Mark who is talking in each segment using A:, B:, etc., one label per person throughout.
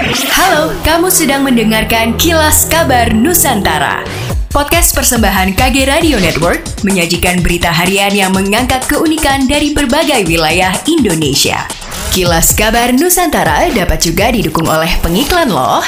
A: Halo, kamu sedang mendengarkan Kilas Kabar Nusantara. Podcast persembahan KG Radio Network menyajikan berita harian yang mengangkat keunikan dari berbagai wilayah Indonesia. Kilas Kabar Nusantara dapat juga didukung oleh pengiklan loh.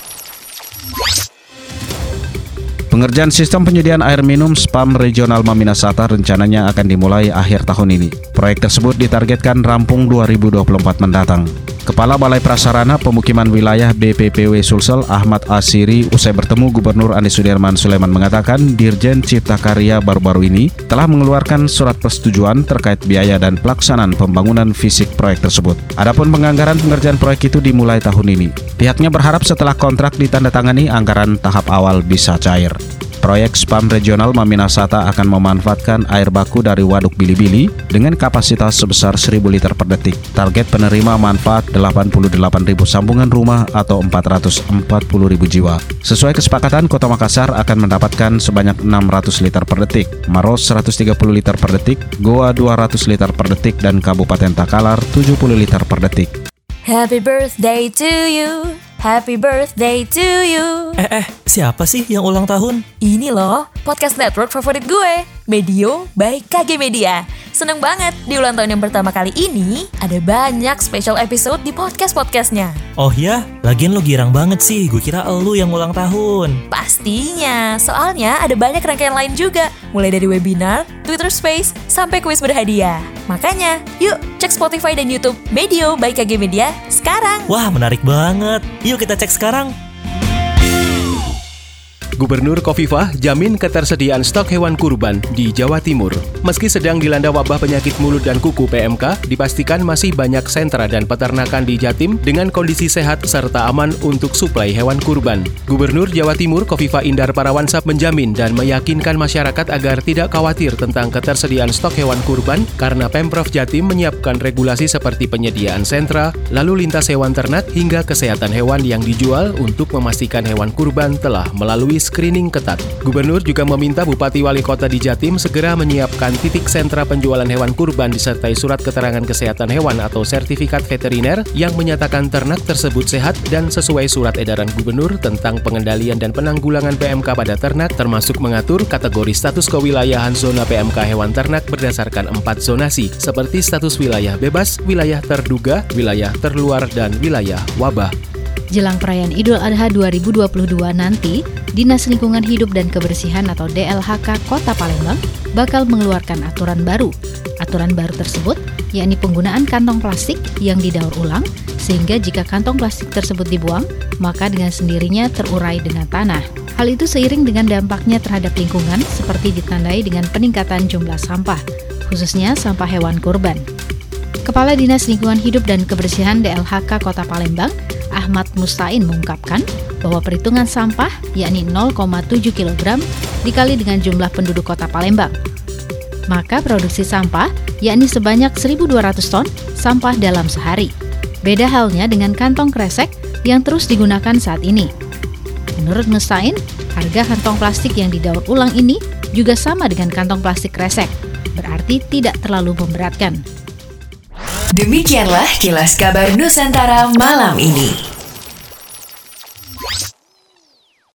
B: Pengerjaan sistem penyediaan air minum SPAM Regional Maminasata rencananya akan dimulai akhir tahun ini. Proyek tersebut ditargetkan rampung 2024 mendatang. Kepala Balai Prasarana Pemukiman Wilayah BPPW Sulsel Ahmad Asiri usai bertemu Gubernur Anies Sudirman Sulaiman mengatakan Dirjen Cipta Karya baru-baru ini telah mengeluarkan surat persetujuan terkait biaya dan pelaksanaan pembangunan fisik proyek tersebut. Adapun penganggaran pengerjaan proyek itu dimulai tahun ini. Pihaknya berharap setelah kontrak ditandatangani anggaran tahap awal bisa cair. Proyek SPAM Regional Maminasata akan memanfaatkan air baku dari Waduk Bili-Bili dengan kapasitas sebesar 1.000 liter per detik. Target penerima manfaat 88.000 sambungan rumah atau 440.000 jiwa. Sesuai kesepakatan, Kota Makassar akan mendapatkan sebanyak 600 liter per detik, Maros 130 liter per detik, Goa 200 liter per detik, dan Kabupaten Takalar 70 liter per detik.
C: Happy birthday to you. Happy birthday to you.
D: Siapa sih yang ulang tahun?
C: Ini loh, podcast network favorit gue, Medio by KG Media. Seneng banget, di ulang tahun yang pertama kali ini, ada banyak special episode di podcast-podcastnya.
D: Oh ya? Lagian lo girang banget sih, gue kira elu yang ulang tahun.
C: Pastinya, soalnya ada banyak rangkaian lain juga. Mulai dari webinar, Twitter Space, sampai kuis berhadiah. Makanya, yuk cek Spotify dan YouTube Medio by KG Media sekarang.
D: Wah, menarik banget. Yuk kita cek sekarang.
E: Gubernur Khofifah jamin ketersediaan stok hewan kurban di Jawa Timur. Meski sedang dilanda wabah penyakit mulut dan kuku PMK, dipastikan masih banyak sentra dan peternakan di Jatim dengan kondisi sehat serta aman untuk suplai hewan kurban. Gubernur Jawa Timur Khofifah Indar Parawansa menjamin dan meyakinkan masyarakat agar tidak khawatir tentang ketersediaan stok hewan kurban karena Pemprov Jatim menyiapkan regulasi seperti penyediaan sentra, lalu lintas hewan ternak hingga kesehatan hewan yang dijual untuk memastikan hewan kurban telah melalui screening ketat. Gubernur juga meminta Bupati Wali Kota di Jatim segera menyiapkan titik sentra penjualan hewan kurban disertai surat keterangan kesehatan hewan atau sertifikat veteriner yang menyatakan ternak tersebut sehat dan sesuai surat edaran Gubernur tentang pengendalian dan penanggulangan PMK pada ternak termasuk mengatur kategori status kewilayahan zona PMK hewan ternak berdasarkan 4 zonasi seperti status wilayah bebas, wilayah terduga, wilayah terluar, dan wilayah wabah.
F: Jelang perayaan Idul Adha 2022 nanti, Dinas Lingkungan Hidup dan Kebersihan atau DLHK Kota Palembang bakal mengeluarkan aturan baru. Aturan baru tersebut yakni penggunaan kantong plastik yang didaur ulang, sehingga jika kantong plastik tersebut dibuang, maka dengan sendirinya terurai dengan tanah. Hal itu seiring dengan dampaknya terhadap lingkungan seperti ditandai dengan peningkatan jumlah sampah, khususnya sampah hewan kurban. Kepala Dinas Lingkungan Hidup dan Kebersihan DLHK Kota Palembang, Ahmad Mustain mengungkapkan bahwa perhitungan sampah yakni 0,7 kg dikali dengan jumlah penduduk Kota Palembang. Maka produksi sampah yakni sebanyak 1.200 ton sampah dalam sehari. Beda halnya dengan kantong kresek yang terus digunakan saat ini. Menurut Mustain, harga kantong plastik yang didaur ulang ini juga sama dengan kantong plastik kresek, berarti tidak terlalu memberatkan.
A: Demikianlah Kilas Kabar Nusantara malam ini.